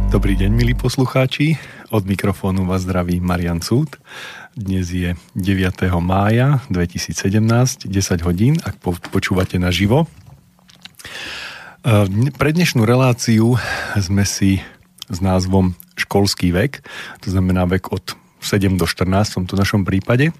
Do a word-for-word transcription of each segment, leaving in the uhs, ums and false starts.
Dobrý deň, milí poslucháči. Od mikrofónu vás zdraví Marian Cúd. Dnes je deviateho mája dvetisícsedemnásť, desať hodín, ak počúvate naživo. Pre dnešnú reláciu sme si s názvom Školský vek, to znamená vek od sedem do štrnásť v tomto našom prípade.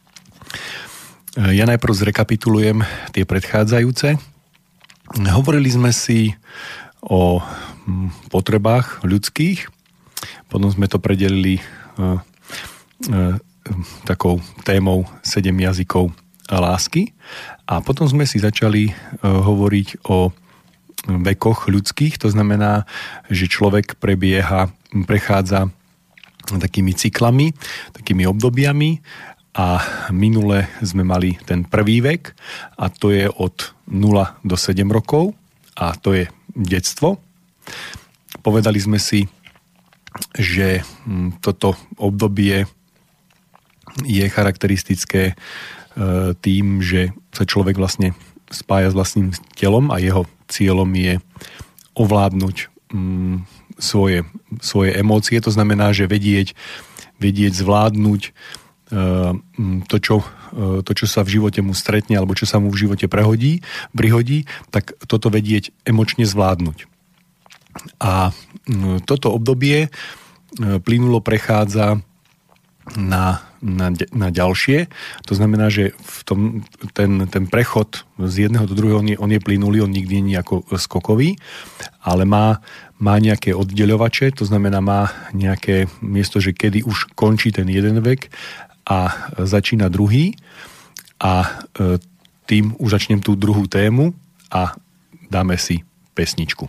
Ja najprv zrekapitulujem tie predchádzajúce. Hovorili sme si o potrebách ľudských, potom sme to predelili uh, uh, takou témou sedem jazykov lásky a potom sme si začali uh, hovoriť o vekoch ľudských, to znamená, že človek prebieha, prechádza takými cyklami, takými obdobiami a minule sme mali ten prvý vek a to je od nula do sedem rokov a to je detstvo. Povedali sme si, že toto obdobie je charakteristické tým, že sa človek vlastne spája s vlastným telom a jeho cieľom je ovládnuť svoje, svoje emócie. To znamená, že vedieť, vedieť zvládnuť to čo, to, čo sa v živote mu stretne alebo čo sa mu v živote prehodí, prihodí, tak toto vedieť emočne zvládnuť. A toto obdobie plynulo prechádza na, na, na ďalšie. To znamená, že v tom, ten, ten prechod z jedného do druhého, on je, on je plynulý, on nikdy nie je ako skokový, ale má, má nejaké oddeľovače, to znamená má nejaké miesto, že kedy už končí ten jeden vek a začína druhý a tým už začnem tú druhú tému a dáme si pesničku.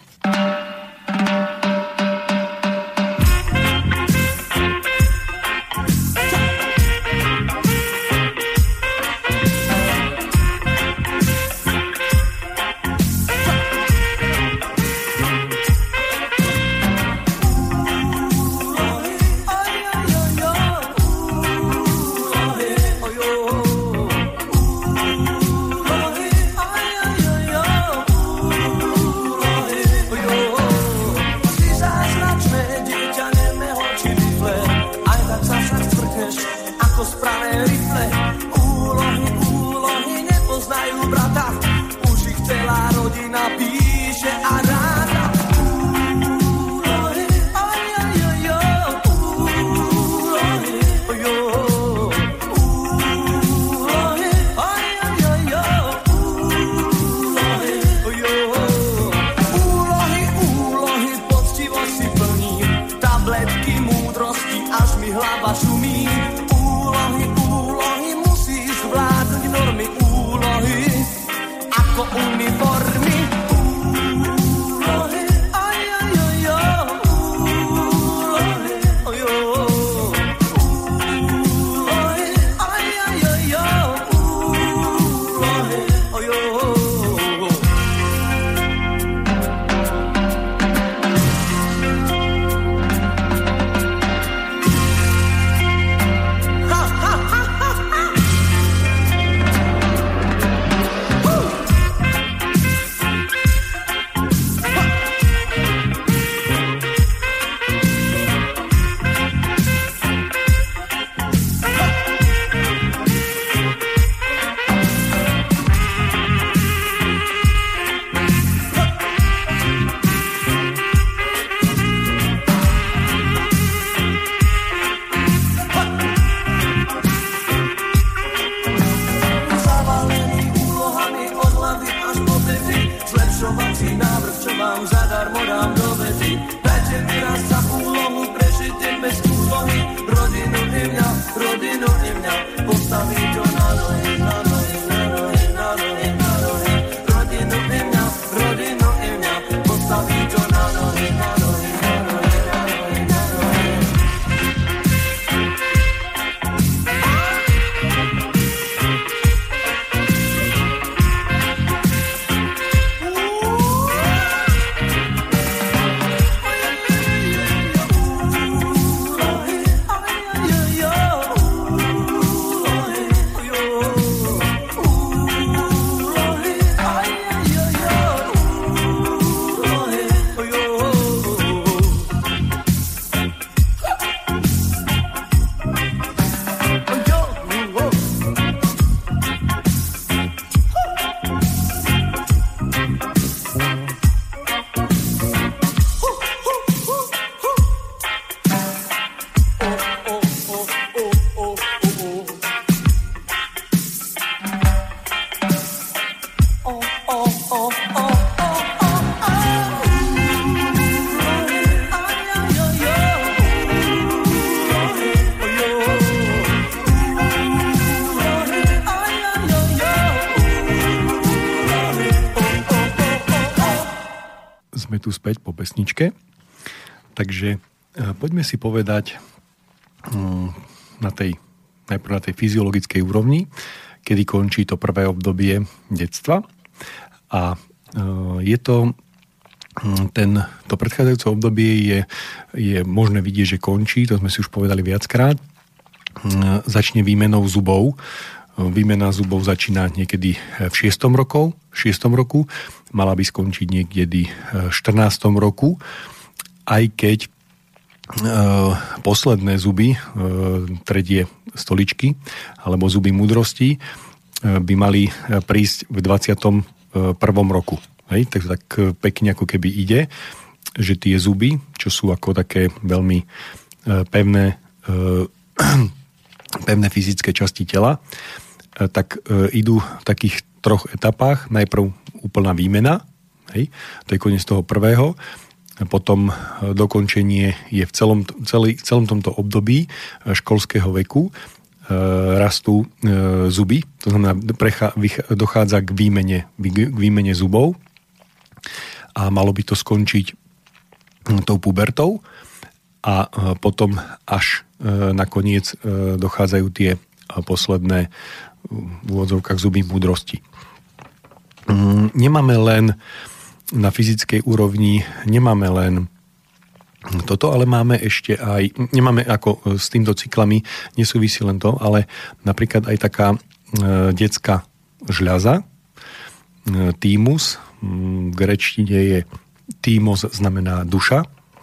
sme tu späť po pesničke. Takže poďme si povedať na tej, najprv na tej fyziologickej úrovni, kedy končí to prvé obdobie detstva. A je to ten, to predchádzajúce obdobie je, je možné vidieť, že končí, to sme si už povedali viackrát. Začne výmenou zubov. Výmena zubov začína niekedy v šiestom roku, v šiestom roku, mala by skončiť niekedy v štrnástom roku, aj keď e, posledné zuby, e, tretie stoličky, alebo zuby múdrosti, e, by mali prísť v dvadsiatom prvom roku. Hej, tak, tak pekne ako keby ide, že tie zuby, čo sú ako také veľmi e, pevné, e, pevné fyzické časti tela, tak e, idú v takých troch etapách. Najprv úplná výmena, hej, to je koniec toho prvého, potom dokončenie je v celom, celý, celom tomto období školského veku, e, rastú e, zuby, to znamená, prechá, vych, dochádza k výmene, k výmene zubov a malo by to skončiť tou pubertou a e, potom až e, nakoniec e, dochádzajú tie posledné v úvodzovkách zuby múdrosti. Nemáme len na fyzickej úrovni, nemáme len toto, ale máme ešte aj, nemáme ako s týmto cyklami, nesúvisí len to, ale napríklad aj taká e, detská žľaza, e, thymus, v gréčtine je thymos, znamená duša,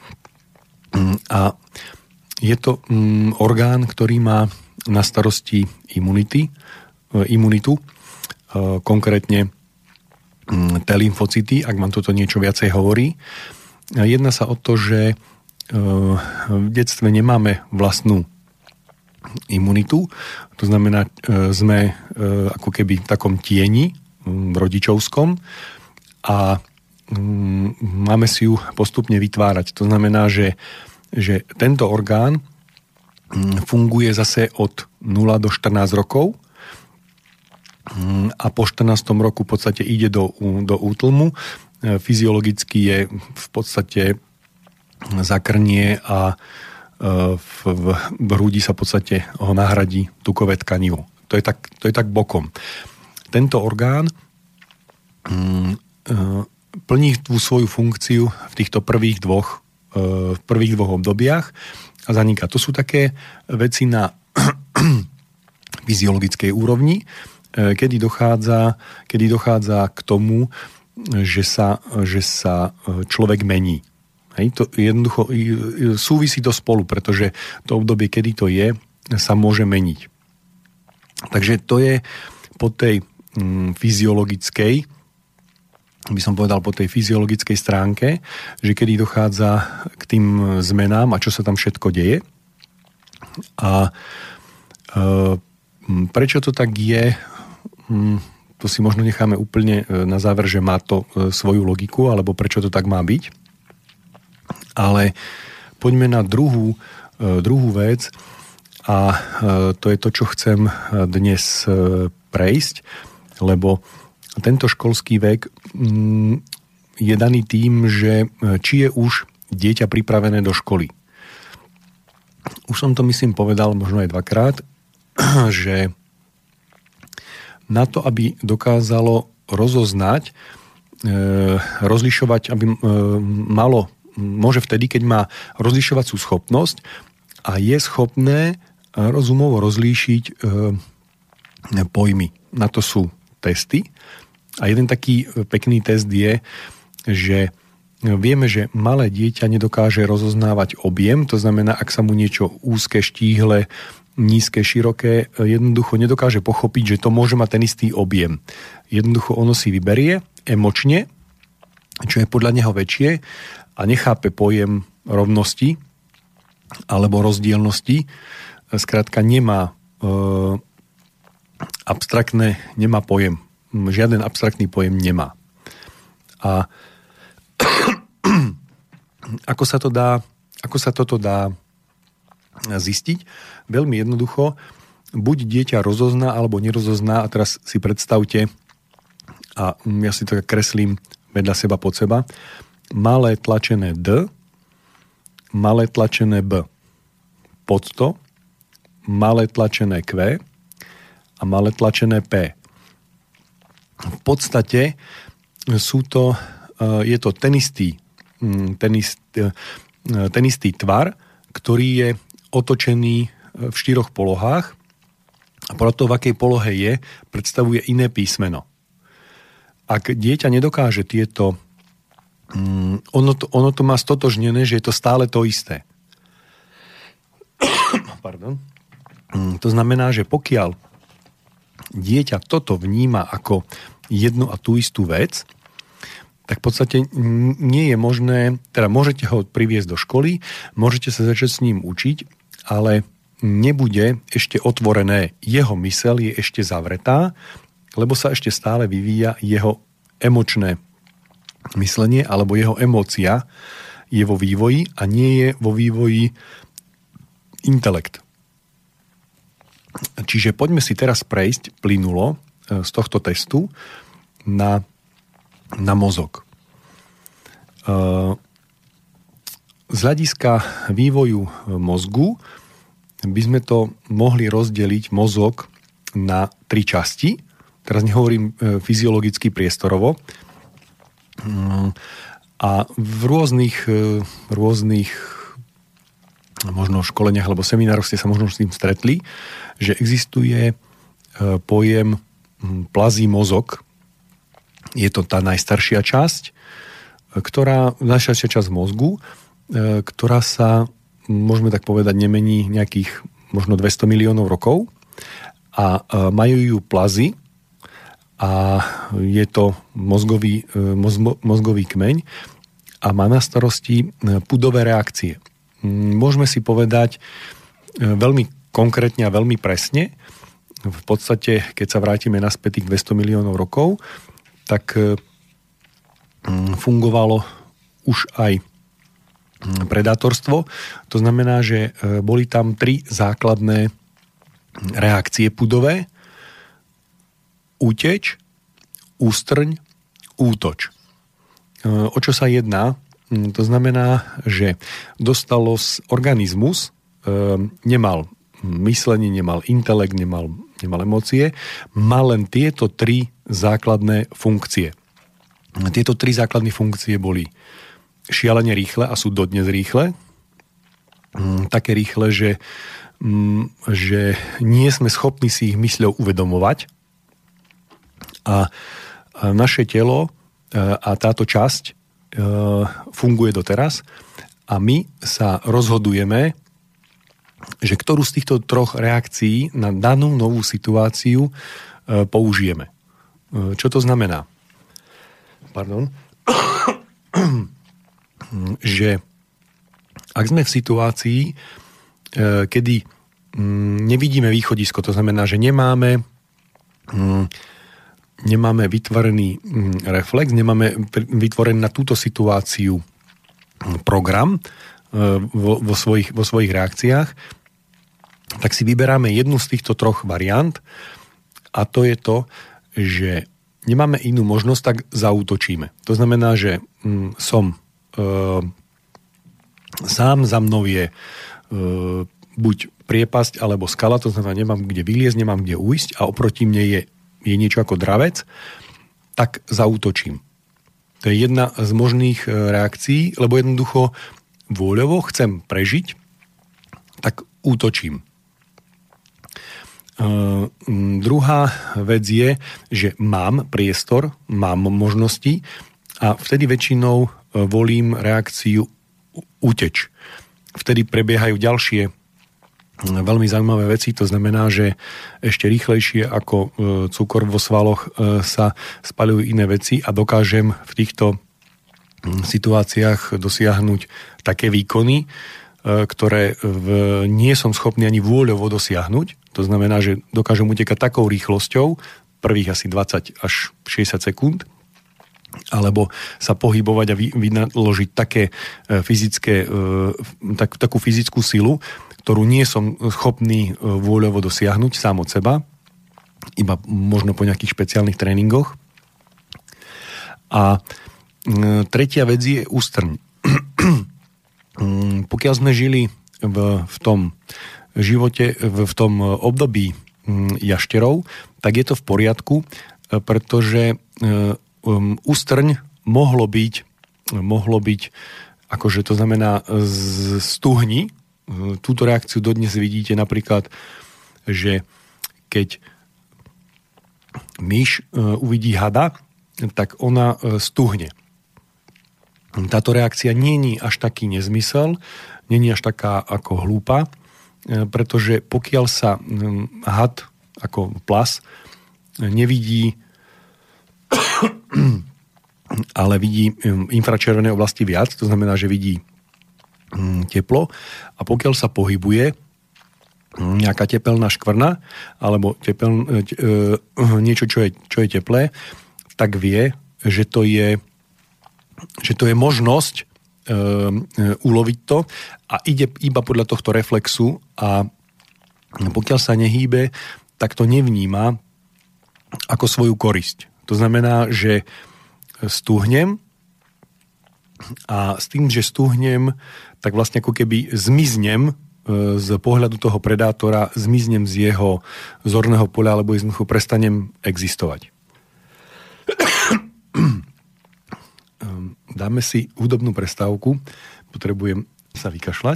a je to mm, orgán, ktorý má na starosti imunity, imunitu, konkrétne T lymfocyty, ak vám toto niečo viacej hovorí. Jedná sa o to, že v detstve nemáme vlastnú imunitu, to znamená, sme ako keby v takom tieni rodičovskom a máme si ju postupne vytvárať. To znamená, že, že tento orgán funguje zase od nula do štrnásť rokov a po štrnástom roku v podstate ide do, do útlmu. Fyziologicky je v podstate zakrnie a v, v, v hrudi sa v podstate ho nahradí tukové tkanivo. To je tak, to je tak bokom. Tento orgán plní tú svoju funkciu v týchto prvých dvoch, v prvých dvoch obdobiach a zaniká. To sú také veci na fyziologickej úrovni, kedy dochádza, kedy dochádza k tomu, že sa, že sa človek mení. Hej, to jednoducho súvisí to spolu, pretože to obdobie, kedy to je, sa môže meniť. Takže to je po tej mm, fyziologickej, by som povedal po tej fyziologickej stránke, že kedy dochádza k tým zmenám a čo sa tam všetko deje. A e, prečo to tak je, to si možno necháme úplne na záver, že má to svoju logiku, alebo prečo to tak má byť. Ale poďme na druhú, druhú vec a to je to, čo chcem dnes prejsť, lebo tento školský vek je daný tým, že či je už dieťa pripravené do školy. Už som to, myslím, povedal možno aj dvakrát, že na to, aby dokázalo rozoznať, rozlišovať, aby malo, môže vtedy, keď má rozlišovacú schopnosť a je schopné rozumovo rozlíšiť pojmy. Na to sú testy. A jeden taký pekný test je, že vieme, že malé dieťa nedokáže rozoznávať objem, to znamená, ak sa mu niečo úzke, štíhle, nízke, široké, jednoducho nedokáže pochopiť, že to môže mať ten istý objem. Jednoducho ono si vyberie emočne, čo je podľa neho väčšie a nechápe pojem rovnosti alebo rozdielnosti. Skrátka nemá e, abstraktné, nemá pojem. Žiaden abstraktný pojem nemá. A ako sa to dá, ako sa toto dá zistiť? Veľmi jednoducho, buď dieťa rozozná alebo nerozozná, a teraz si predstavte, a ja si to kreslím vedľa seba pod seba, malé tlačené D, malé tlačené B. Pod to malé tlačené Q a malé tlačené P. V podstate sú to, je to ten istý, ten istý, ten istý tvar, ktorý je otočený v štyroch polohách a preto v akej polohe je, predstavuje iné písmeno. Ak dieťa nedokáže tieto, ono to, ono to má stotožnené, že je to stále to isté. Pardon. To znamená, že pokiaľ dieťa toto vníma ako jednu a tú istú vec, tak v podstate nie je možné, teda môžete ho priviesť do školy, môžete sa začať s ním učiť, ale nebude ešte otvorené. Jeho myseľ je ešte zavretá, lebo sa ešte stále vyvíja jeho emočné myslenie, alebo jeho emócia je vo vývoji a nie je vo vývoji intelekt. Čiže poďme si teraz prejsť plynulo z tohto testu na, na mozog. Z hľadiska vývoju mozgu by sme to mohli rozdeliť mozog na tri časti. Teraz nehovorím fyziologicky priestorovo. A v rôznych, rôznych možno školeniach alebo seminároch ste sa možno s tým stretli, že existuje pojem plazí mozog. Je to tá najstaršia časť, ktorá, najstaršia časť mozgu, ktorá sa, môžeme tak povedať, nemení nejakých možno dvesto miliónov rokov a majú ju plazy a je to mozgový, mozgo, mozgový kmeň a má na starosti pudové reakcie. Môžeme si povedať veľmi konkrétne a veľmi presne, v podstate, keď sa vrátime naspäť tých dvesto miliónov rokov, tak fungovalo už aj predátorstvo. To znamená, že boli tam tri základné reakcie pudové: úteč, ústrň, útoč. O čo sa jedná? To znamená, že dostalo organizmus, nemal myslenie, nemal intelekt, nemal, nemal emócie, mal len tieto tri základné funkcie. Tieto tri základné funkcie boli šialene rýchle a sú dodnes rýchle. Také rýchle, že, že nie sme schopní si ich mysľou uvedomovať. A naše telo a táto časť funguje doteraz a my sa rozhodujeme, že ktorú z týchto troch reakcií na danú novú situáciu použijeme. Čo to znamená? Pardon. Že ak sme v situácii, kedy nevidíme východisko, to znamená, že nemáme nemáme vytvorený reflex, nemáme vytvorený na túto situáciu program vo, vo, svojich, vo svojich reakciách, tak si vyberáme jednu z týchto troch variant a to je to, že nemáme inú možnosť, tak zaútočíme. To znamená, že hm, som e, sám, za mnou je e, buď priepasť alebo skala, to znamená, nemám kde vyliezť, nemám kde ujsť a oproti mne je je niečo ako dravec, tak zaútočím. To je jedna z možných reakcií, lebo jednoducho vôľovo chcem prežiť, tak útočím. Uh, druhá vec je, že mám priestor, mám možnosti a vtedy väčšinou volím reakciu úteč. Vtedy prebiehajú ďalšie veľmi zaujímavé veci, to znamená, že ešte rýchlejšie ako cukor vo svaloch sa spaľujú iné veci a dokážem v týchto situáciách dosiahnuť také výkony, ktoré v, nie som schopný ani vôľovo dosiahnuť. To znamená, že dokážem utekať takou rýchlosťou, prvých asi dvadsať až šesťdesiat sekúnd, alebo sa pohybovať a vynaložiť také fyzické, tak, takú fyzickú silu, ktorú nie som schopný vôľovo dosiahnuť sám od seba, iba možno po nejakých špeciálnych tréningoch. A tretia vec je ústrň. Pokiaľ sme žili v, v tom živote, v, v tom období jašterov, tak je to v poriadku, pretože ústrň mohlo byť, mohlo byť, akože to znamená z stuhni. Túto reakciu dodnes vidíte napríklad, že keď myš uvidí hada, tak ona stuhne. Táto reakcia nie je až taký nezmysel, nie je až taká ako hlúpa, pretože pokiaľ sa had ako plas nevidí, ale vidí infračervené oblasti viac, to znamená, že vidí teplo, a pokiaľ sa pohybuje nejaká tepelná škvrna alebo tepel, niečo, čo je, čo je teplé, tak vie, že to je že to je možnosť e, e, uloviť to a ide iba podľa tohto reflexu, a pokiaľ sa nehýbe, tak to nevníma ako svoju korisť. To znamená, že stuhnem a s tým, že stuhnem, tak vlastne ako keby zmiznem e, z pohľadu toho predátora, zmiznem z jeho zorného poľa, alebo jednoducho prestanem existovať. Dáme si hudobnú prestávku. Potrebujem sa vykašľať.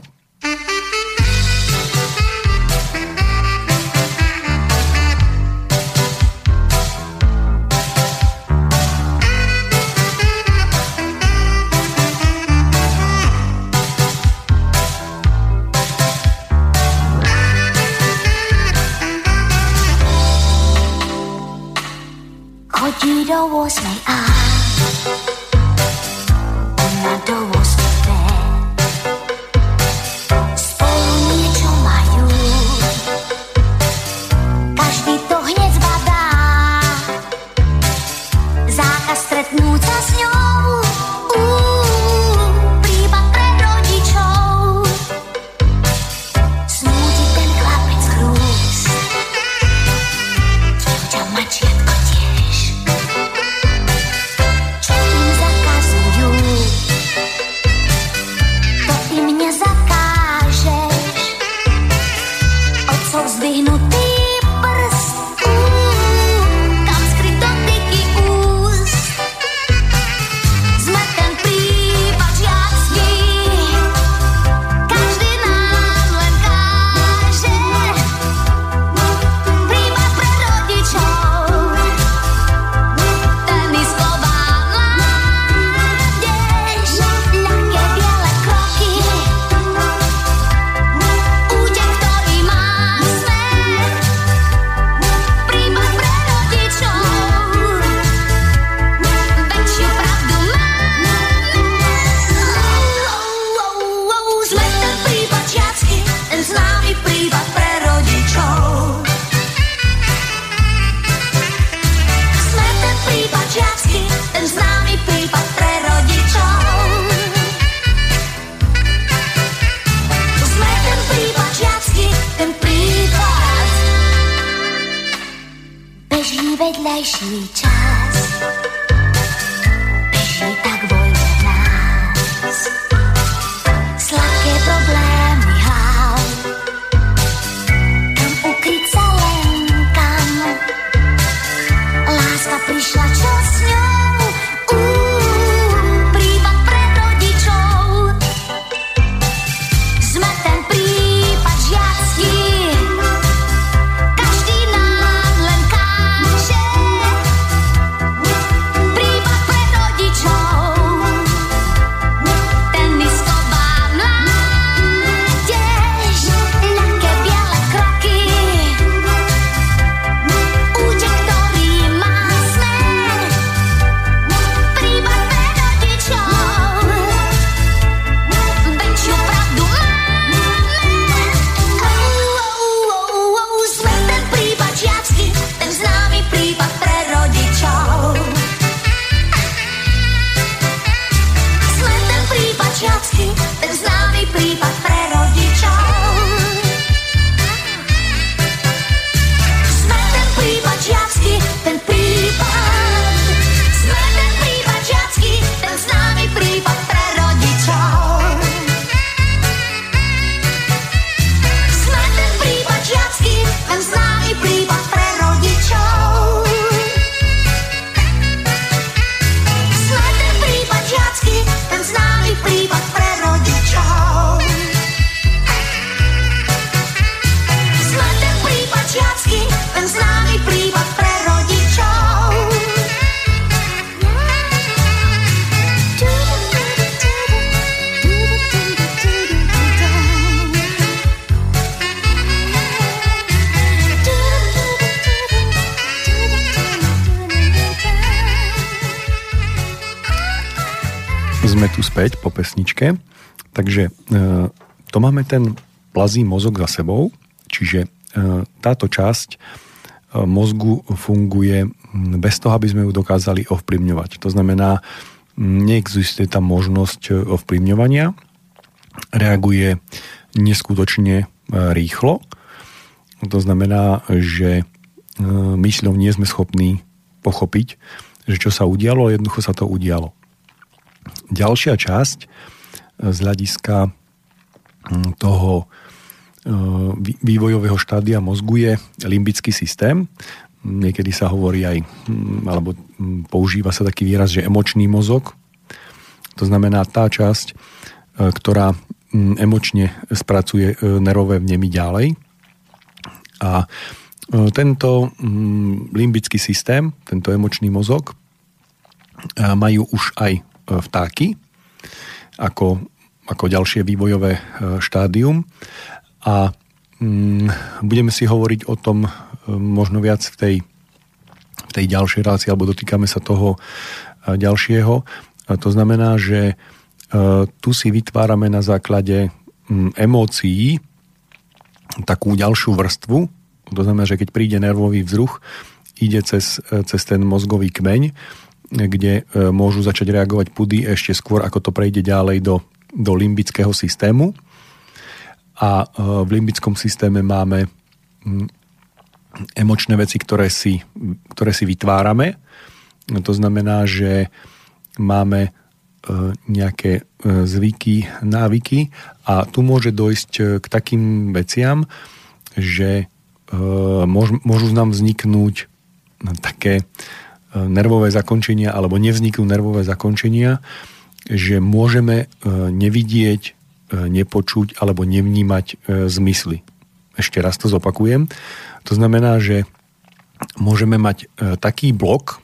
Chodí do osmej a do osmé. Spolu niečo majú, každý to hneď zbadá. Zákaz stretnúť sa s ňou, prípad pre rodičov. Snúti ten chlapec chrúst, dievča mačiatko tiež. Čo im zakazujú, zdvihnutý prst, kam skryt dotyky úst. Sme ten prípad žiacky, každý nám len káže. Prípad pre rodičov, tenisková mládež, ľahké biele kroky, útek, ktorý má vedľajší čas, beží tak voľne v nás. Sladké problémy hlav, kam ukryť sa len kam. Láska prišla, čo s ňou, prípad pre rodičov. Sme ten prípad žiacky, ten prípad, sme ten prípad žiacky, ten sme tu späť po pesničke. Takže to máme ten plazí mozog za sebou, čiže táto časť mozgu funguje bez toho, aby sme ju dokázali ovplyvňovať. To znamená, neexistuje tam možnosť ovplyvňovania, reaguje neskutočne rýchlo. To znamená, že mysľou nie sme schopní pochopiť, že čo sa udialo, jednoducho sa to udialo. Ďalšia časť z hľadiska toho vývojového štádia mozgu je limbický systém. Niekedy sa hovorí aj, alebo používa sa taký výraz, že emočný mozog. To znamená tá časť, ktorá emočne spracuje nervové vnemy ďalej. A tento limbický systém, tento emočný mozog, majú už aj vtáky ako, ako ďalšie vývojové štádium. A budeme si hovoriť o tom možno viac v tej, v tej ďalšej relácii, alebo dotýkame sa toho ďalšieho. To znamená, že tu si vytvárame na základe emócií takú ďalšiu vrstvu. To znamená, že keď príde nervový vzruch, ide cez, cez ten mozgový kmeň, kde môžu začať reagovať pudy ešte skôr, ako to prejde ďalej do, do limbického systému. A v limbickom systéme máme emočné veci, ktoré si, ktoré si vytvárame. To znamená, že máme nejaké zvyky, návyky a tu môže dojsť k takým veciam, že môžu nám vzniknúť také nervové zakončenia alebo nevzniknú nervové zakončenia, že môžeme nevidieť, nepočuť alebo nevnímať zmysly. Ešte raz to zopakujem. To znamená, že môžeme mať taký blok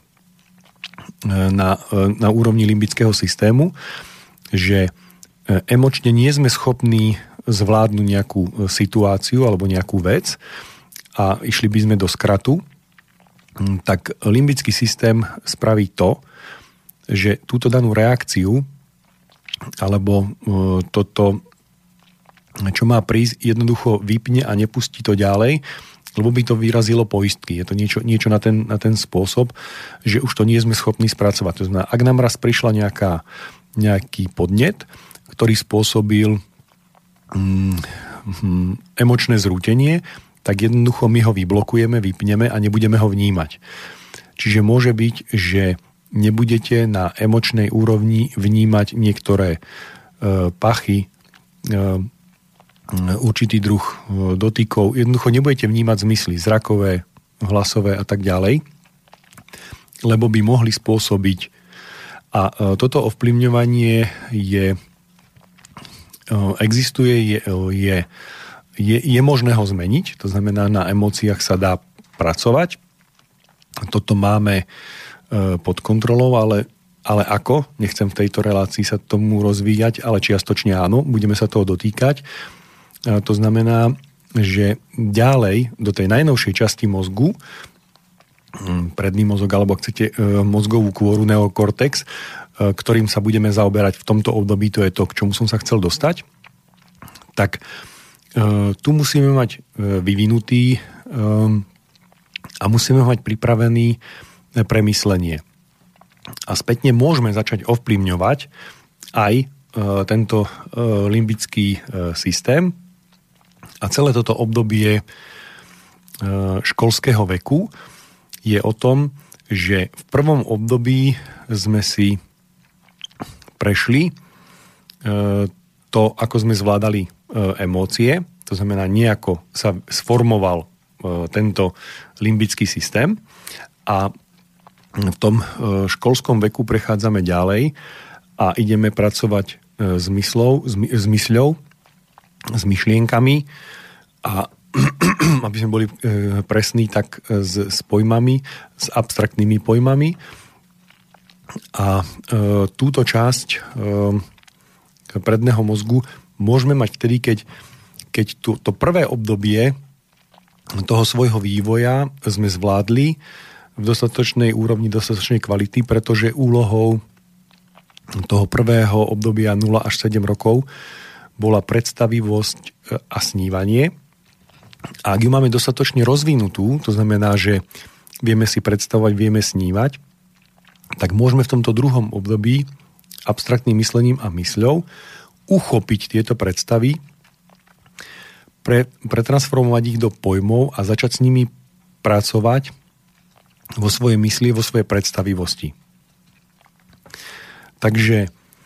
na, na úrovni limbického systému, že emočne nie sme schopní zvládnuť nejakú situáciu alebo nejakú vec a išli by sme do skratu, tak limbický systém spraví to, že túto danú reakciu alebo toto, čo má prísť, jednoducho vypne a nepustí to ďalej, lebo by to vyrazilo poistky. Je to niečo, niečo na, ten, na ten spôsob, že už to nie sme schopní spracovať. To znamená, ak nám raz prišla nejaká, nejaký podnet, ktorý spôsobil mm, mm, emočné zrútenie, tak jednoducho my ho vyblokujeme, vypneme a nebudeme ho vnímať. Čiže môže byť, že nebudete na emočnej úrovni vnímať niektoré e, pachy, e, určitý druh dotykov. Jednoducho nebudete vnímať zmysly zrakové, hlasové a tak ďalej, lebo by mohli spôsobiť. A toto ovplyvňovanie je, existuje, je, je, je, je možné ho zmeniť, to znamená, na emóciách sa dá pracovať. Toto máme pod kontrolou, ale, ale ako? Nechcem v tejto relácii sa tomu rozvíjať, ale čiastočne áno, budeme sa toho dotýkať. To znamená, že ďalej do tej najnovšej časti mozgu, predný mozog, alebo ak chcete mozgovú kôru, neokortex, ktorým sa budeme zaoberať v tomto období, to je to, k čomu som sa chcel dostať, tak tu musíme mať vyvinutý a musíme mať pripravený premyslenie. A spätne môžeme začať ovplyvňovať aj tento limbický systém. A celé toto obdobie školského veku je o tom, že v prvom období sme si prešli to, ako sme zvládali emócie, to znamená, nejako sa sformoval tento limbický systém a v tom školskom veku prechádzame ďalej a ideme pracovať s myslou, s mysľou, s myšlienkami a aby sme boli presní, tak s, s pojmami, s abstraktnými pojmami. A e, túto časť e, predného mozgu môžeme mať vtedy, keď, keď tu, to prvé obdobie toho svojho vývoja sme zvládli v dostatočnej úrovni, dostatočnej kvality, pretože úlohou toho prvého obdobia nula až sedem rokov bola predstavivosť a snívanie. A ak ju máme dostatočne rozvinutú, to znamená, že vieme si predstavovať, vieme snívať, tak môžeme v tomto druhom období abstraktným myslením a mysľou uchopiť tieto predstavy, pre, pretransformovať ich do pojmov a začať s nimi pracovať vo svojej mysli, vo svojej predstavivosti. Takže e,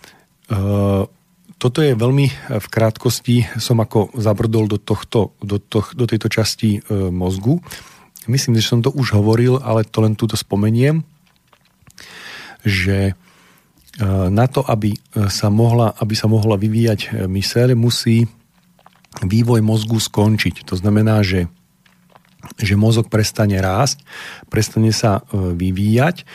toto je veľmi v krátkosti, som ako zabrdol do, tohto, do, toh, do tejto časti e, mozgu. Myslím, že som to už hovoril, ale to len túto spomeniem, že na to, aby sa mohla, aby sa mohla vyvíjať myseľ, musí vývoj mozgu skončiť. To znamená, že, že mozog prestane rásť, prestane sa vyvíjať.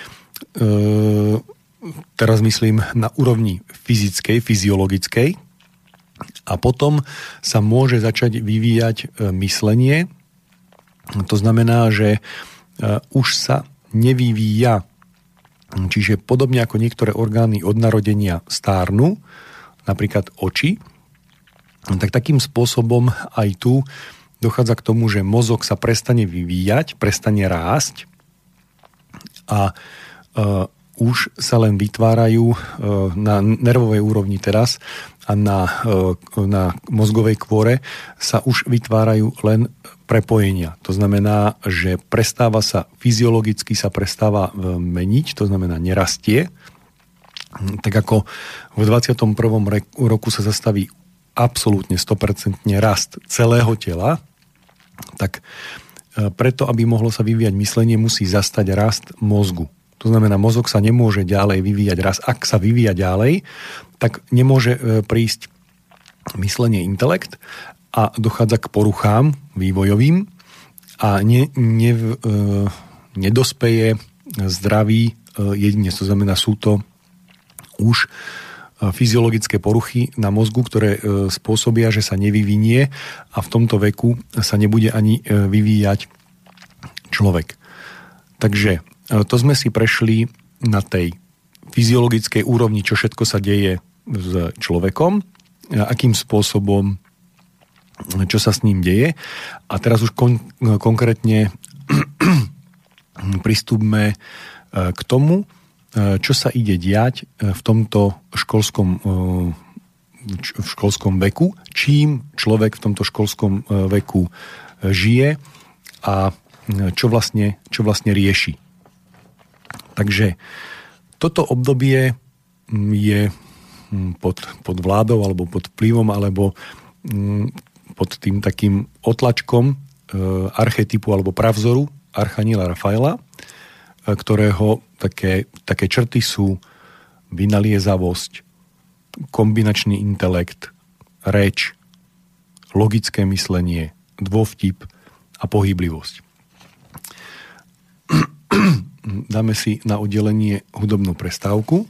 Teraz myslím na úrovni fyzickej, fyziologickej. A potom sa môže začať vyvíjať myslenie. To znamená, že už sa nevyvíja. Čiže podobne ako niektoré orgány od narodenia stárnu, napríklad oči, tak takým spôsobom aj tu dochádza k tomu, že mozog sa prestane vyvíjať, prestane rásť a uh, už sa len vytvárajú uh, na nervovej úrovni teraz a na, uh, na mozgovej kôre sa už vytvárajú len prepojenia. To znamená, že prestáva sa, fyziologicky sa prestáva meniť, to znamená nerastie. Tak ako v dvadsiatom prvom roku sa zastaví absolútne sto percent rast celého tela, tak preto, aby mohlo sa vyvíjať myslenie, musí zastať rast mozgu. To znamená, mozog sa nemôže ďalej vyvíjať rast. Ak sa vyvíja ďalej, tak nemôže prísť myslenie, intelekt, a dochádza k poruchám vývojovým a ne, ne, e, nedospeje zdravý e, jedinec. To znamená, sú to už fyziologické poruchy na mozgu, ktoré e, spôsobia, že sa nevyvinie a v tomto veku sa nebude ani e, vyvíjať človek. Takže e, to sme si prešli na tej fyziologickej úrovni, čo všetko sa deje s človekom, a akým spôsobom, čo sa s ním deje. A teraz už kon- konkrétne pristúpme k tomu, čo sa ide diať v tomto školskom, v školskom veku, čím človek v tomto školskom veku žije a čo vlastne, čo vlastne rieši. Takže toto obdobie je pod, pod vládou alebo pod vplyvom alebo pod tým takým otlačkom e, archetypu alebo pravzoru archaníla Rafaela, e, ktorého také, také črty sú vynaliezavosť, kombinačný intelekt, reč, logické myslenie, dôvtip a pohyblivosť. Dáme si na oddelenie hudobnú prestávku.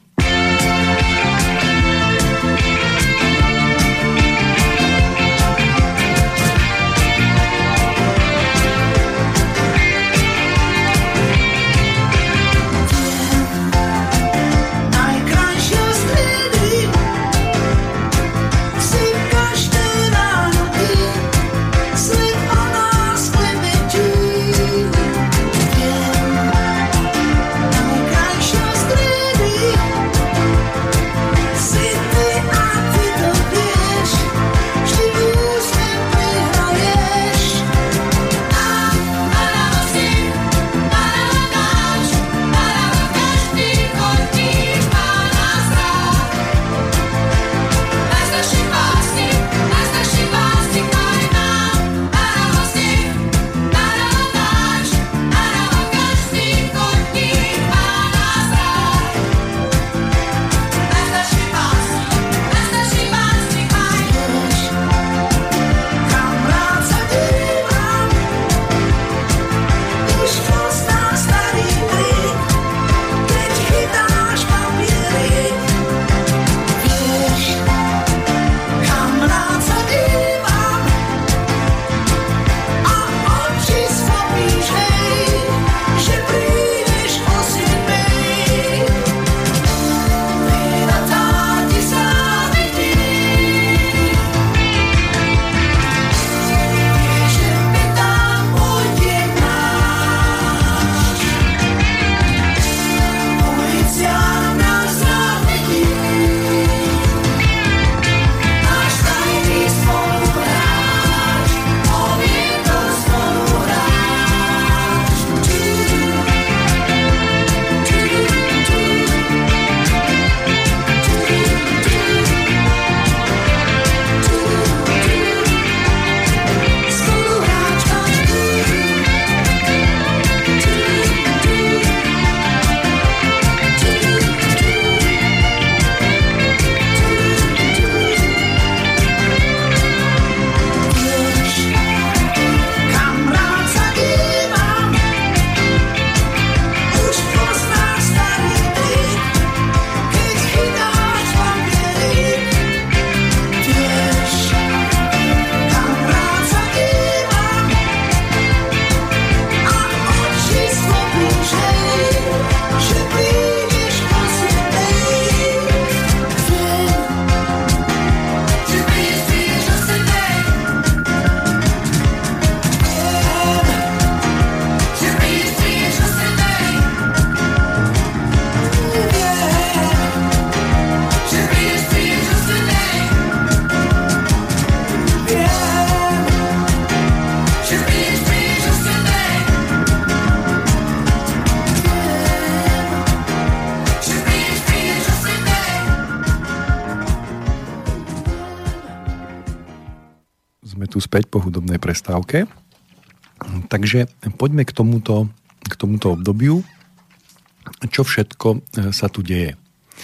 sme tu späť po hudobnej prestávke. Takže poďme k tomuto, k tomuto obdobiu, čo všetko sa tu deje.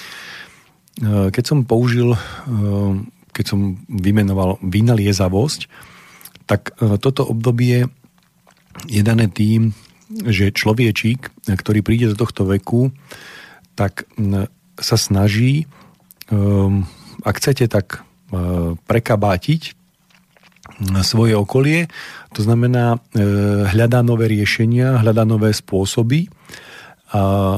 Keď som použil, keď som vymenoval vynaliezavosť, tak toto obdobie je dané tým, že človečík, ktorý príde do tohto veku, tak sa snaží, ak chcete, tak prekabátiť svoje okolie, to znamená hľadá nové riešenia, hľadá nové spôsoby a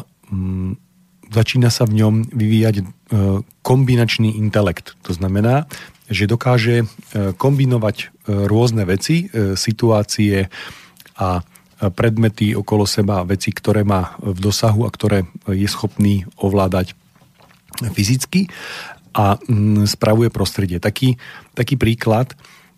začína sa v ňom vyvíjať kombinačný intelekt. To znamená, že dokáže kombinovať rôzne veci, situácie a predmety okolo seba, veci, ktoré má v dosahu a ktoré je schopný ovládať fyzicky a spravuje prostredie. Taký, taký príklad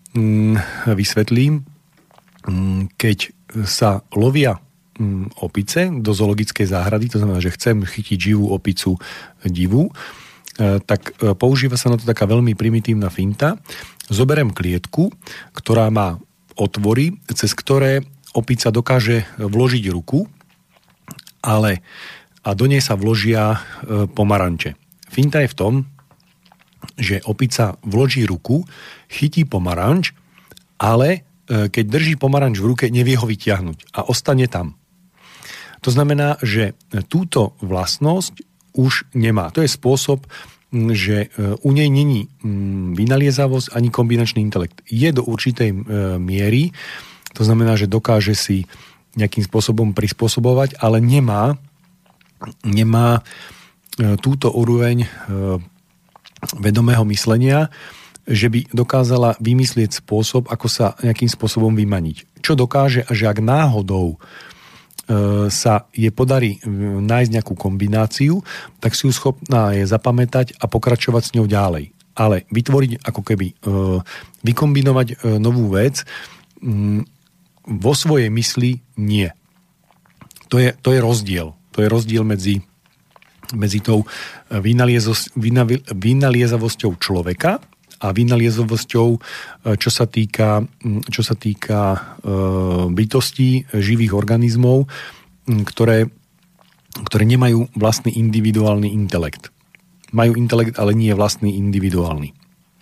vysvetlím, keď sa lovia opice do zoologickej záhrady, to znamená, že chcem chytiť živú opicu divú, tak používa sa na to taká veľmi primitívna finta. Zoberiem klietku, ktorá má otvory, cez ktoré opica dokáže vložiť ruku, ale a do nej sa vložia pomaranče. Finta je v tom, že opica vloží ruku, chytí pomaranč, ale keď drží pomaranč v ruke, nevie ho vyťahnuť a ostane tam. To znamená, že túto vlastnosť už nemá. To je spôsob, že u nej není vynaliezavosť ani kombinačný intelekt. Je do určitej miery, to znamená, že dokáže si nejakým spôsobom prispôsobovať, ale nemá, nemá túto úroveň vedomého myslenia, že by dokázala vymyslieť spôsob, ako sa nejakým spôsobom vymaniť. Čo dokáže, že ak náhodou sa je podarí nájsť nejakú kombináciu, tak si ju schopná je zapamätať a pokračovať s ňou ďalej. Ale vytvoriť, ako keby vykombinovať novú vec vo svojej mysli nie. To je, to je rozdiel. To je rozdiel medzi medzi tou vynaliezavosťou človeka a vynaliezavosťou, čo sa týka, čo sa týka bytostí, živých organizmov, ktoré, ktoré nemajú vlastný individuálny intelekt. Majú intelekt, ale nie vlastný individuálny.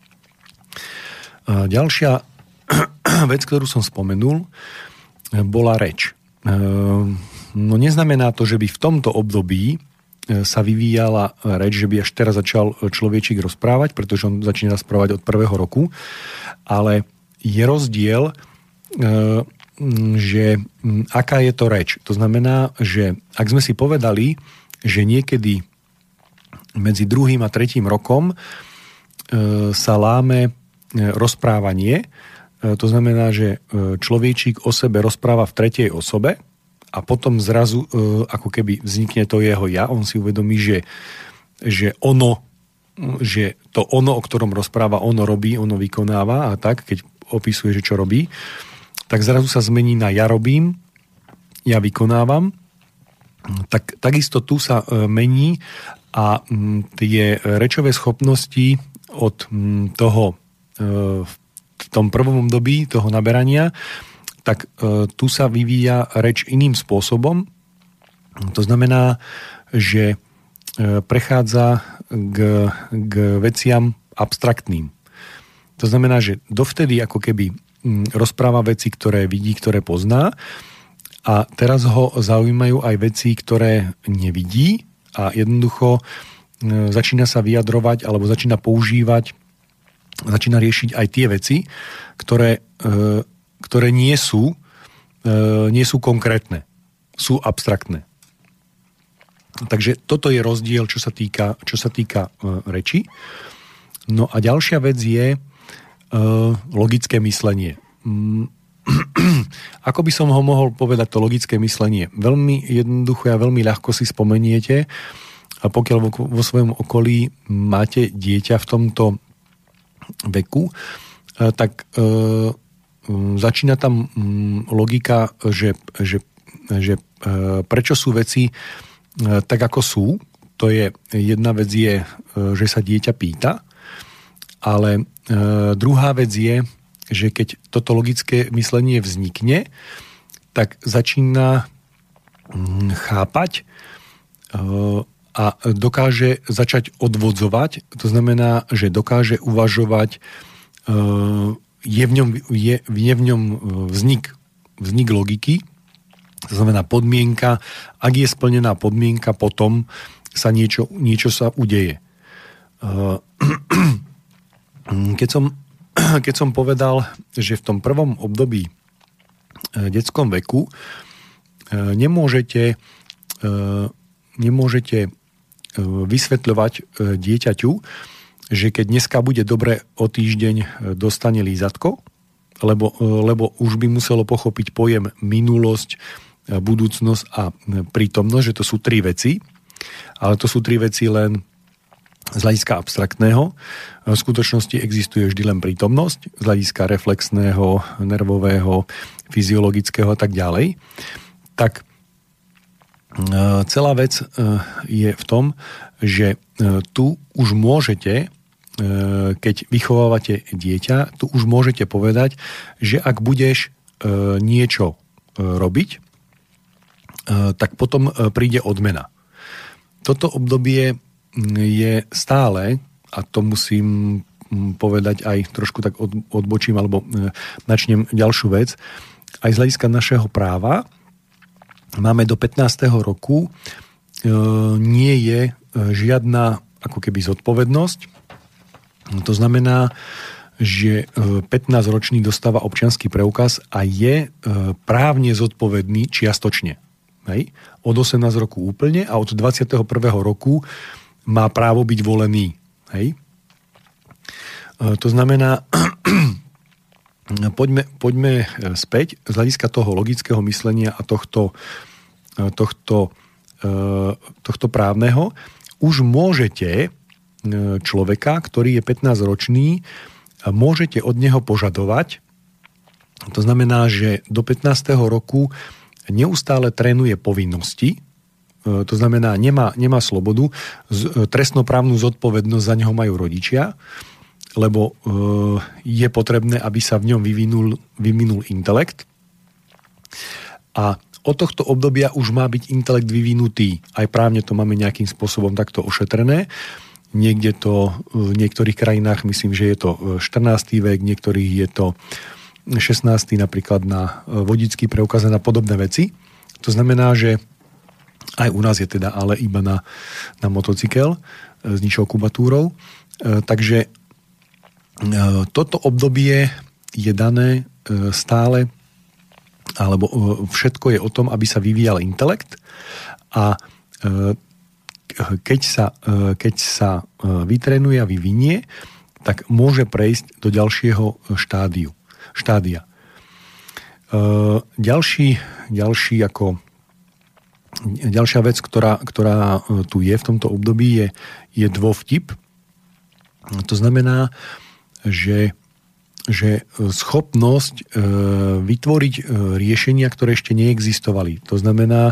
Ďalšia vec, ktorú som spomenul, bola reč. No neznamená to, že by v tomto období sa vyvíjala reč, že by až teraz začal človečík rozprávať, pretože on začína rozprávať od prvého roku, ale je rozdiel, že aká je to reč. To znamená, že ak sme si povedali, že niekedy medzi druhým a tretím rokom sa láme rozprávanie, to znamená, že človečík o sebe rozpráva v tretej osobe, a potom zrazu, ako keby vznikne to jeho ja, on si uvedomí, že, že ono, že to ono, o ktorom rozpráva, ono robí, ono vykonáva a tak, keď opisuje, že čo robí, tak zrazu sa zmení na ja robím, ja vykonávam, tak takisto tu sa mení a tie rečové schopnosti od toho v tom prvom období toho naberania, tak e, tu sa vyvíja reč iným spôsobom. To znamená, že e, prechádza k, k veciam abstraktným. To znamená, že dovtedy ako keby m, rozpráva veci, ktoré vidí, ktoré pozná, a teraz ho zaujímajú aj veci, ktoré nevidí a jednoducho e, začína sa vyjadrovať alebo začína používať, začína riešiť aj tie veci, ktoré e, ktoré nie sú, e, nie sú konkrétne, sú abstraktné. Takže toto je rozdiel, čo sa týka, čo sa týka e, reči. No a ďalšia vec je e, logické myslenie. Ako by som ho mohol povedať, to logické myslenie? Veľmi jednoducho a veľmi ľahko si spomeniete, a pokiaľ vo, vo svojom okolí máte dieťa v tomto veku, e, tak e, začína tam logika, že, že, že prečo sú veci tak, ako sú. To je, jedna vec je, že sa dieťa pýta, ale druhá vec je, že keď toto logické myslenie vznikne, tak začína chápať a dokáže začať odvodzovať. To znamená, že dokáže uvažovať, je v ňom, je, je v ňom vznik, vznik logiky. To znamená podmienka, ak je splnená podmienka, potom sa niečo, niečo sa udeje. Keď som, keď som povedal, že v tom prvom období detskom veku nemôžete, nemôžete vysvetľovať dieťaťu, že keď dneska bude dobre, o týždeň dostane lízatko, lebo, lebo už by muselo pochopiť pojem minulosť, budúcnosť a prítomnosť, že to sú tri veci, ale to sú tri veci len z hľadiska abstraktného. V skutočnosti existuje vždy len prítomnosť, z hľadiska reflexného, nervového, fyziologického a tak ďalej. Tak celá vec je v tom, že tu už môžete, keď vychovávate dieťa, tu už môžete povedať, že ak budeš niečo robiť, tak potom príde odmena. Toto obdobie je stále, a to musím povedať aj trošku tak odbočím, alebo načnem ďalšiu vec, aj z hľadiska našeho práva máme do pätnásteho roku nie je žiadna ako keby zodpovednosť. To znamená, že pätnásťročný dostáva občiansky preukaz a je právne zodpovedný čiastočne. Hej? Od osemnásť roku úplne a od dvadsiateho prvého roku má právo byť volený. Hej? To znamená, poďme, poďme späť z hľadiska toho logického myslenia a tohto, tohto, tohto právneho. Už môžete človeka, ktorý je pätnásťročný, môžete od neho požadovať. To znamená, že do pätnásteho roku neustále trénuje povinnosti, to znamená, nemá, nemá slobodu, trestnoprávnu zodpovednosť za neho majú rodičia, lebo je potrebné, aby sa v ňom vyvinul, vyvinul intelekt. A od tohto obdobia už má byť intelekt vyvinutý. Aj právne to máme nejakým spôsobom takto ošetrené. Niekde to, v niektorých krajinách, myslím, že je to štrnásty vek, niektorých je to šestnásty napríklad na vodický preukaz a na podobné veci. To znamená, že aj u nás je teda ale iba na, na motocykel s nižšou kubatúrou. Takže toto obdobie je dané stále, alebo všetko je o tom, aby sa vyvíjal intelekt a keď sa, keď sa vytrénuje a vyvinie, tak môže prejsť do ďalšieho štádiu. štádia. Ďalší, ďalší ako, ďalšia vec, ktorá, ktorá tu je v tomto období, je, je dôvtip. To znamená, že, že schopnosť vytvoriť riešenia, ktoré ešte neexistovali. To znamená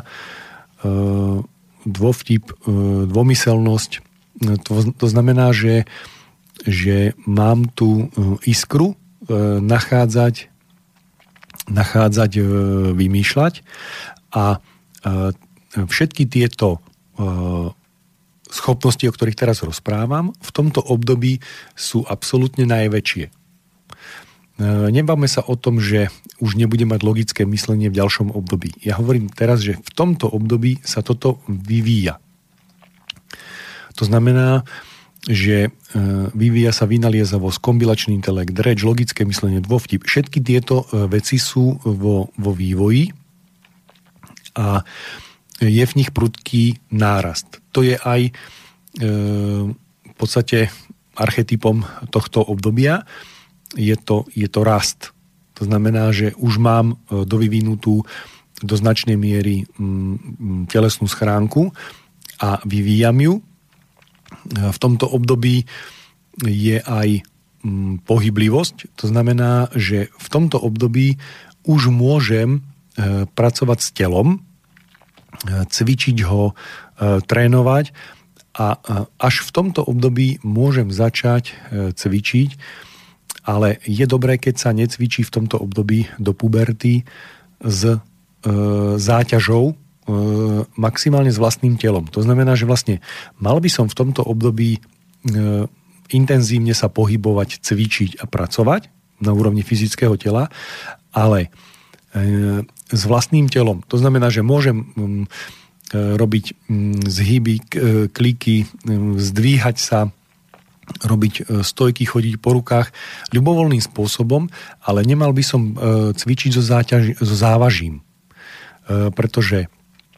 dôvtip, dvomyselnosť. To, to znamená, že, že mám tu iskru, nachádzať, nachádzať, vymýšľať a všetky tieto schopnosti, o ktorých teraz rozprávam, v tomto období sú absolútne najväčšie. Nebáme sa o tom, že už nebude mať logické myslenie v ďalšom období. Ja hovorím teraz, že v tomto období sa toto vyvíja. To znamená, že vyvíja sa vynaliezavosť, kombilačný intelekt, reč, logické myslenie, dôvtip. Všetky tieto veci sú vo, vo vývoji a je v nich prudký nárast. To je aj e, v podstate archetypom tohto obdobia. Je to, je to rast. To znamená, že už mám dovyvinutú do značnej miery mm, telesnú schránku a vyvíjam ju. V tomto období je aj mm, pohyblivosť. To znamená, že v tomto období už môžem e, pracovať s telom, e, cvičiť ho, e, trénovať a e, až v tomto období môžem začať e, cvičiť ale je dobré, keď sa necvičí v tomto období do puberty s e, záťažou, e, maximálne s vlastným telom. To znamená, že vlastne mal by som v tomto období e, intenzívne sa pohybovať, cvičiť a pracovať na úrovni fyzického tela, ale e, s vlastným telom. To znamená, že môžem mm, robiť mm, zhyby, k, kliky, mm, zdvíhať sa, robiť stojky, chodiť po rukách ľubovoľným spôsobom, ale nemal by som e, cvičiť so, záťaž, so závažím. E, pretože e,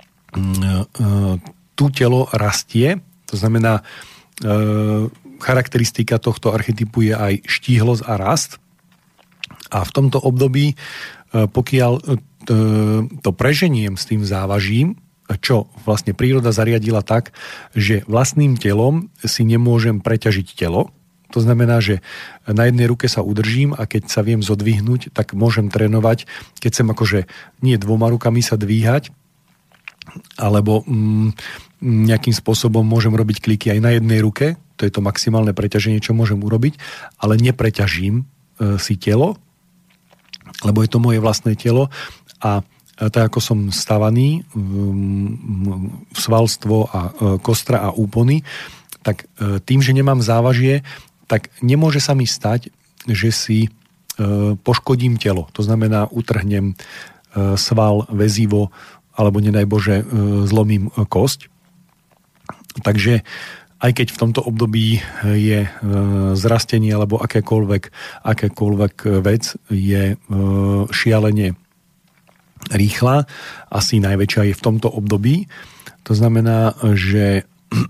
tu telo rastie, to znamená, e, charakteristika tohto archetypu je aj štíhlosť a rast. A v tomto období, e, pokiaľ e, to preženiem s tým závažím, čo vlastne príroda zariadila tak, že vlastným telom si nemôžem preťažiť telo. To znamená, že na jednej ruke sa udržím a keď sa viem zodvihnúť, tak môžem trénovať, keď chcem akože nie dvoma rukami sa dvíhať, alebo mm, nejakým spôsobom môžem robiť kliky aj na jednej ruke, to je to maximálne preťaženie, čo môžem urobiť, ale nepreťažím e, si telo, lebo je to moje vlastné telo a tak ako som stavaný, svalstvo a kostra a úpony, tak tým, že nemám závažie, tak nemôže sa mi stať, že si poškodím telo. To znamená, utrhnem sval, väzivo, alebo nedaj Bože, zlomím kosť. Takže aj keď v tomto období je zrastenie alebo akékoľvek, akékoľvek vec je šialene rýchla, asi najväčšia je v tomto období. To znamená, že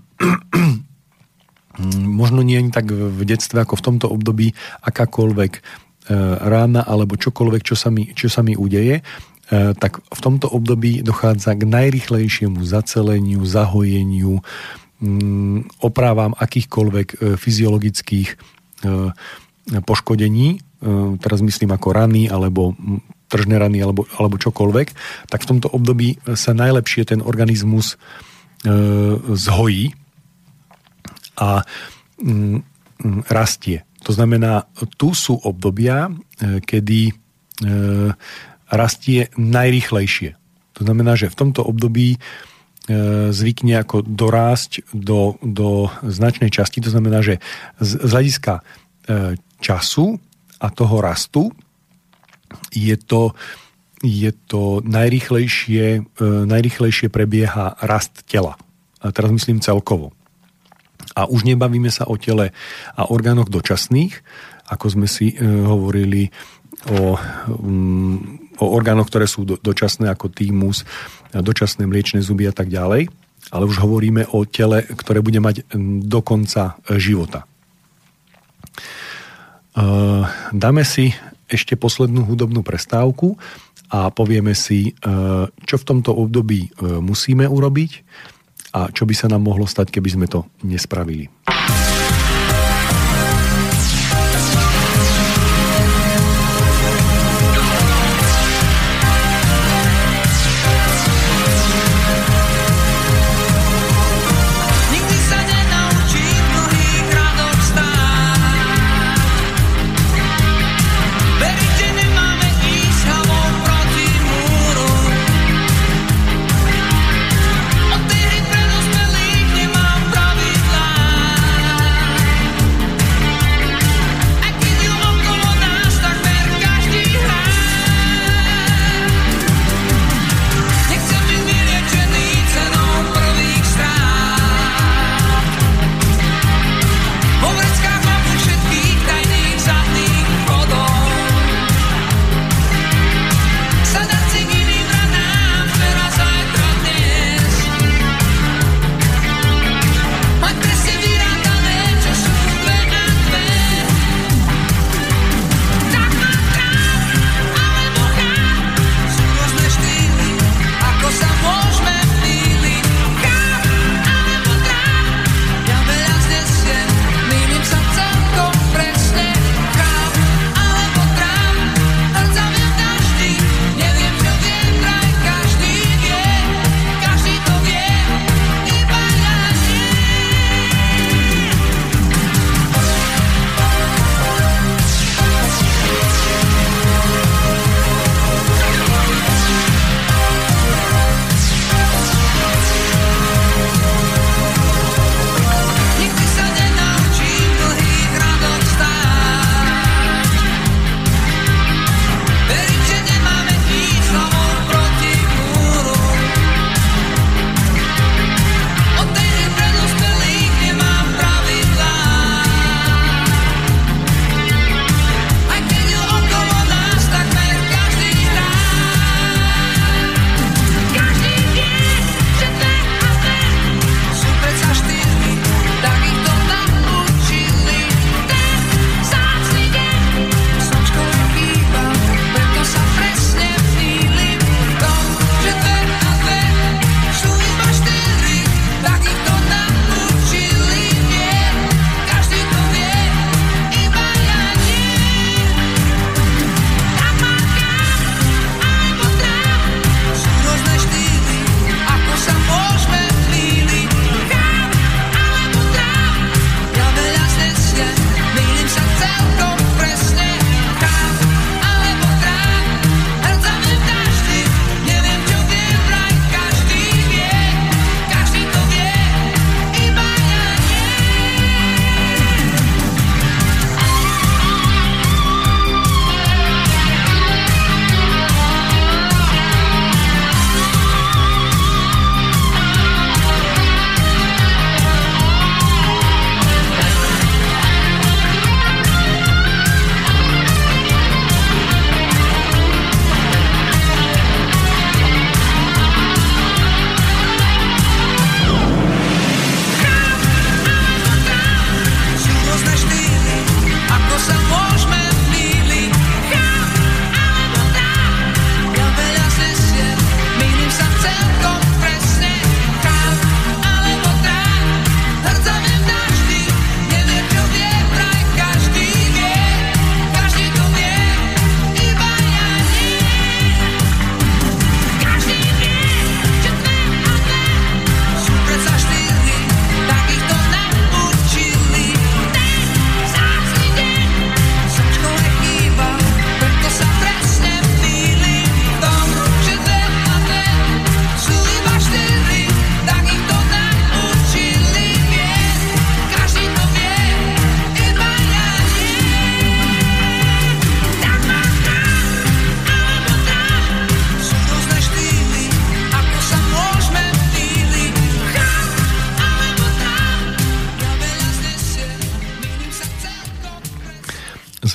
možno nie ani tak v detstve, ako v tomto období akákoľvek rána alebo čokoľvek, čo sa mi, čo sa mi udeje, tak v tomto období dochádza k najrýchlejšiemu zaceleniu, zahojeniu, opravám akýchkoľvek fyziologických poškodení, teraz myslím ako rany alebo tržné rany alebo, alebo čokoľvek, tak v tomto období sa najlepšie ten organizmus e, zhojí a m, rastie. To znamená, tu sú obdobia, e, kedy e, rastie najrýchlejšie. To znamená, že v tomto období e, zvykne ako dorásť do, do značnej časti. To znamená, že z, z hľadiska e, času a toho rastu je to, je to najrýchlejšie, najrýchlejšie prebieha rast tela. A teraz myslím celkovo. A už nebavíme sa o tele a orgánoch dočasných, ako sme si hovorili o, o orgánoch, ktoré sú dočasné, ako týmus, dočasné mliečne zuby a tak ďalej. Ale už hovoríme o tele, ktoré bude mať do konca života. Dáme si ešte poslednú hudobnú prestávku a povieme si, čo v tomto období musíme urobiť a čo by sa nám mohlo stať, keby sme to nespravili. Od tej hry pre dospelých nemám pravidlá.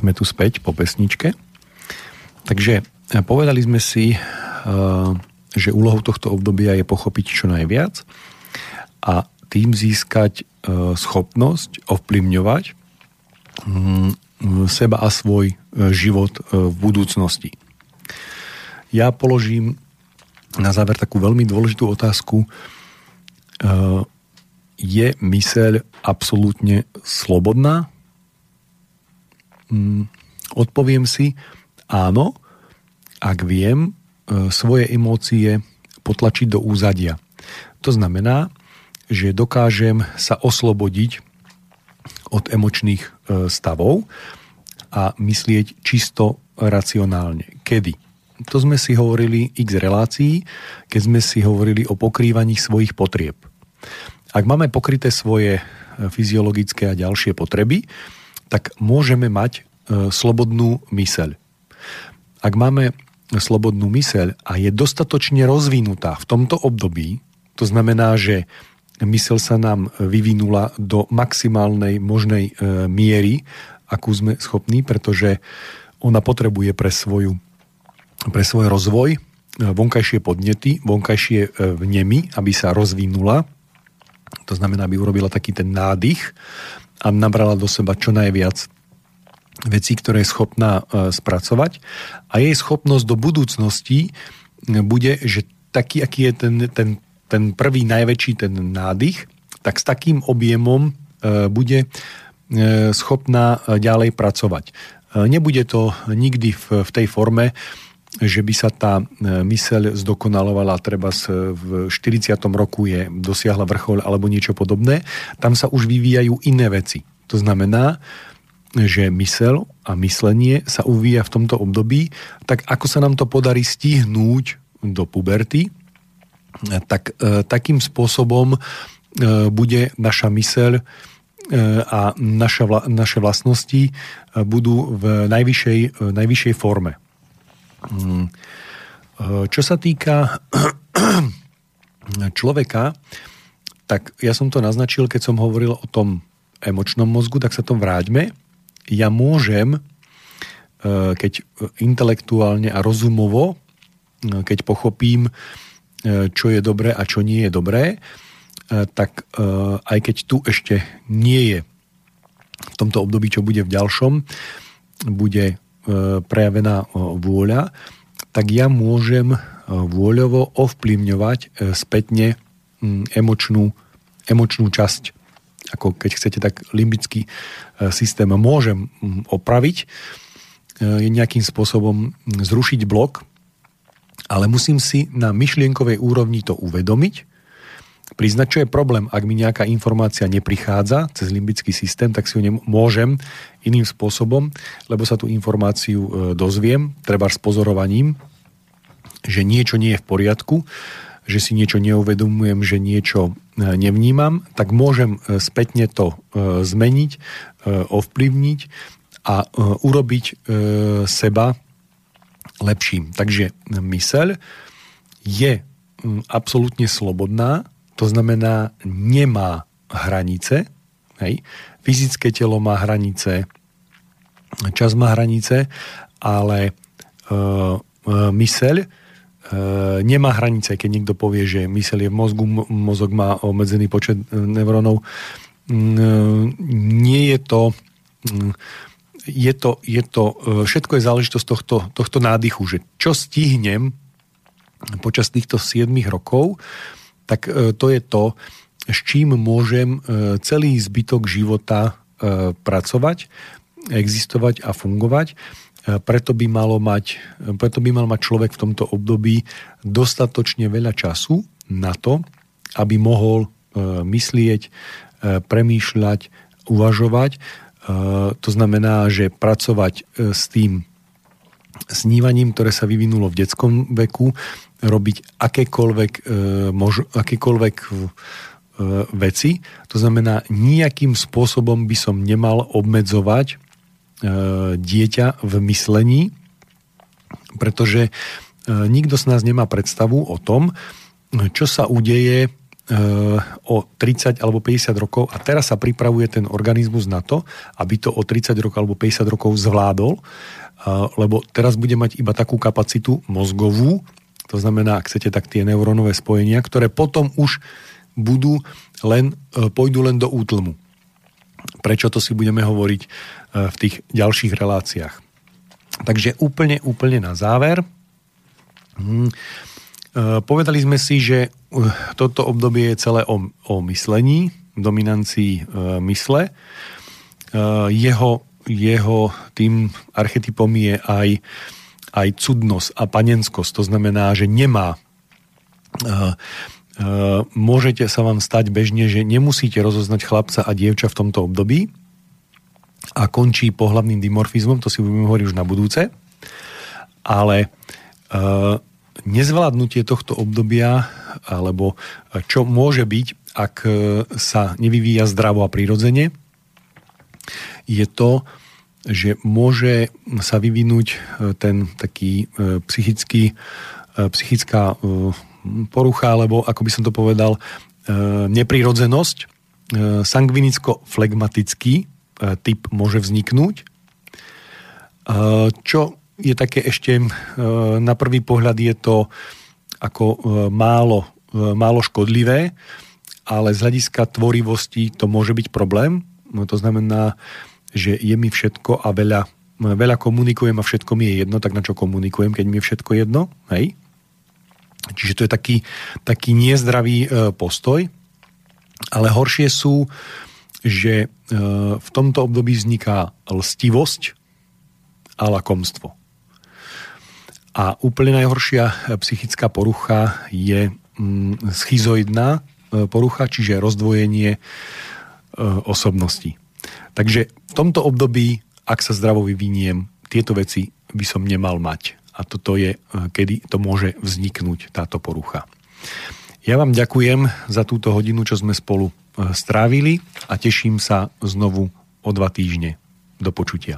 sme tu späť po pesničke. Takže povedali sme si, že úlohou tohto obdobia je pochopiť čo najviac a tým získať schopnosť ovplyvňovať seba a svoj život v budúcnosti. Ja položím na záver takú veľmi dôležitú otázku. Je myseľ absolútne slobodná? Odpoviem si áno, ak viem svoje emócie potlačiť do úzadia. To znamená, že dokážem sa oslobodiť od emočných stavov a myslieť čisto racionálne. Kedy? To sme si hovorili x relácií, keď sme si hovorili o pokrývaní svojich potrieb. Ak máme pokryté svoje fyziologické a ďalšie potreby, tak môžeme mať slobodnú myseľ. Ak máme slobodnú myseľ a je dostatočne rozvinutá v tomto období, to znamená, že myseľ sa nám vyvinula do maximálnej možnej miery, akú sme schopní, pretože ona potrebuje pre, svoju, pre svoj rozvoj vonkajšie podnety, vonkajšie vnemy, aby sa rozvinula. To znamená, aby urobila taký ten nádych a nabrala do seba čo najviac vecí, ktoré je schopná spracovať. A jej schopnosť do budúcnosti bude, že taký, aký je ten, ten, ten prvý najväčší ten nádych, tak s takým objemom bude schopná ďalej pracovať. Nebude to nikdy v, v tej forme, že by sa tá myseľ zdokonalovala, treba v štyridsiatom roku je dosiahla vrchol alebo niečo podobné. Tam sa už vyvíjajú iné veci. To znamená, že myseľ a myslenie sa uvíja v tomto období, tak ako sa nám to podarí stihnúť do puberty, tak e, takým spôsobom e, bude naša myseľ e, a naša vla, naše vlastnosti e, budú v najvyššej, e, najvyššej forme. E, čo sa týka človeka, tak ja som to naznačil, keď som hovoril o tom emočnom mozgu, tak sa to vráťme. Ja môžem, keď intelektuálne a rozumovo, keď pochopím, čo je dobré a čo nie je dobré, tak aj keď tu ešte nie je v tomto období, čo bude v ďalšom, bude prejavená vôľa, tak ja môžem vôľovo ovplyvňovať spätne emočnú, emočnú časť. Ako keď chcete, tak limbický systém môžem opraviť, nejakým spôsobom zrušiť blok, ale musím si na myšlienkovej úrovni to uvedomiť, priznať, čo je problém. Ak mi nejaká informácia neprichádza cez limbický systém, tak si ju môžem iným spôsobom, lebo sa tú informáciu dozviem, treba s pozorovaním, že niečo nie je v poriadku, že si niečo neuvedomujem, že niečo nevnímam, tak môžem spätne to zmeniť, ovplyvniť a urobiť seba lepším. Takže myseľ je absolútne slobodná, to znamená, nemá hranice. Hej. Fyzické telo má hranice, čas má hranice, ale myseľ nemá hranice, keď niekto povie, že myseľ je v mozgu, mozog má obmedzený počet neurónov. Nie je to, je to, je to všetko je záležitosť tohto, tohto nádychu, že čo stihnem počas týchto siedmich rokov, tak to je to, s čím môžem celý zbytok života pracovať, existovať a fungovať. Preto by, malo mať, preto by mal mať človek v tomto období dostatočne veľa času na to, aby mohol myslieť, premýšľať, uvažovať. To znamená, že pracovať s tým snívaním, ktoré sa vyvinulo v detskom veku, robiť akékoľvek, akékoľvek veci. To znamená, nejakým spôsobom by som nemal obmedzovať dieťa v myslení, pretože nikto z nás nemá predstavu o tom, čo sa udeje o tridsať alebo päťdesiat rokov a teraz sa pripravuje ten organizmus na to, aby to o tridsať rokov alebo päťdesiat rokov zvládol, lebo teraz bude mať iba takú kapacitu mozgovú, to znamená, ak chcete, tak tie neurónové spojenia, ktoré potom už budú len, pôjdu len do útlmu. Prečo, to si budeme hovoriť v tých ďalších reláciách. Takže úplne, úplne na záver. Hmm. Povedali sme si, že toto obdobie je celé o, o myslení, dominancii mysle. Jeho, jeho tým archetypom je aj aj cudnosť a panenskosť. To znamená, že nemá. Uh, uh, môžete sa vám stať bežne, že nemusíte rozoznať chlapca a dievča v tomto období a končí pohlavným dimorfizmom, to si budeme hovoriť už na budúce. Ale uh, nezvládnutie tohto obdobia, alebo čo môže byť, ak sa nevyvíja zdravo a prirodzene, je to, že môže sa vyvinúť ten taký psychický, psychická porucha, alebo ako by som to povedal, neprirodzenosť. Sangvinicko-flegmatický typ môže vzniknúť. Čo je také ešte, na prvý pohľad je to ako málo, málo škodlivé, ale z hľadiska tvorivosti to môže byť problém. To znamená, že je mi všetko a veľa, veľa komunikujem a všetko mi je jedno, tak na čo komunikujem, keď mi je všetko jedno, hej? Čiže to je taký, taký nezdravý e, postoj, ale horšie sú, že e, v tomto období vzniká lstivosť a lakomstvo. A úplne najhoršia psychická porucha je mm, schizoidná e, porucha, čiže rozdvojenie e, osobností. Takže v tomto období, ak sa zdravo vyviniem, tieto veci by som nemal mať. A toto je, kedy to môže vzniknúť, táto porucha. Ja vám ďakujem za túto hodinu, čo sme spolu strávili a teším sa znovu o dva týždne. Do počutia.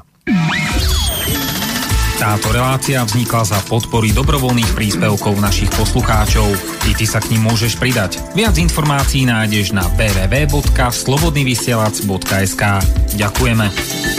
Táto relácia vznikla za podpory dobrovoľných príspevkov našich poslucháčov. I ty sa k nim môžeš pridať. Viac informácií nájdeš na w w w bodka slobodnyvysielac bodka es ka. Ďakujeme.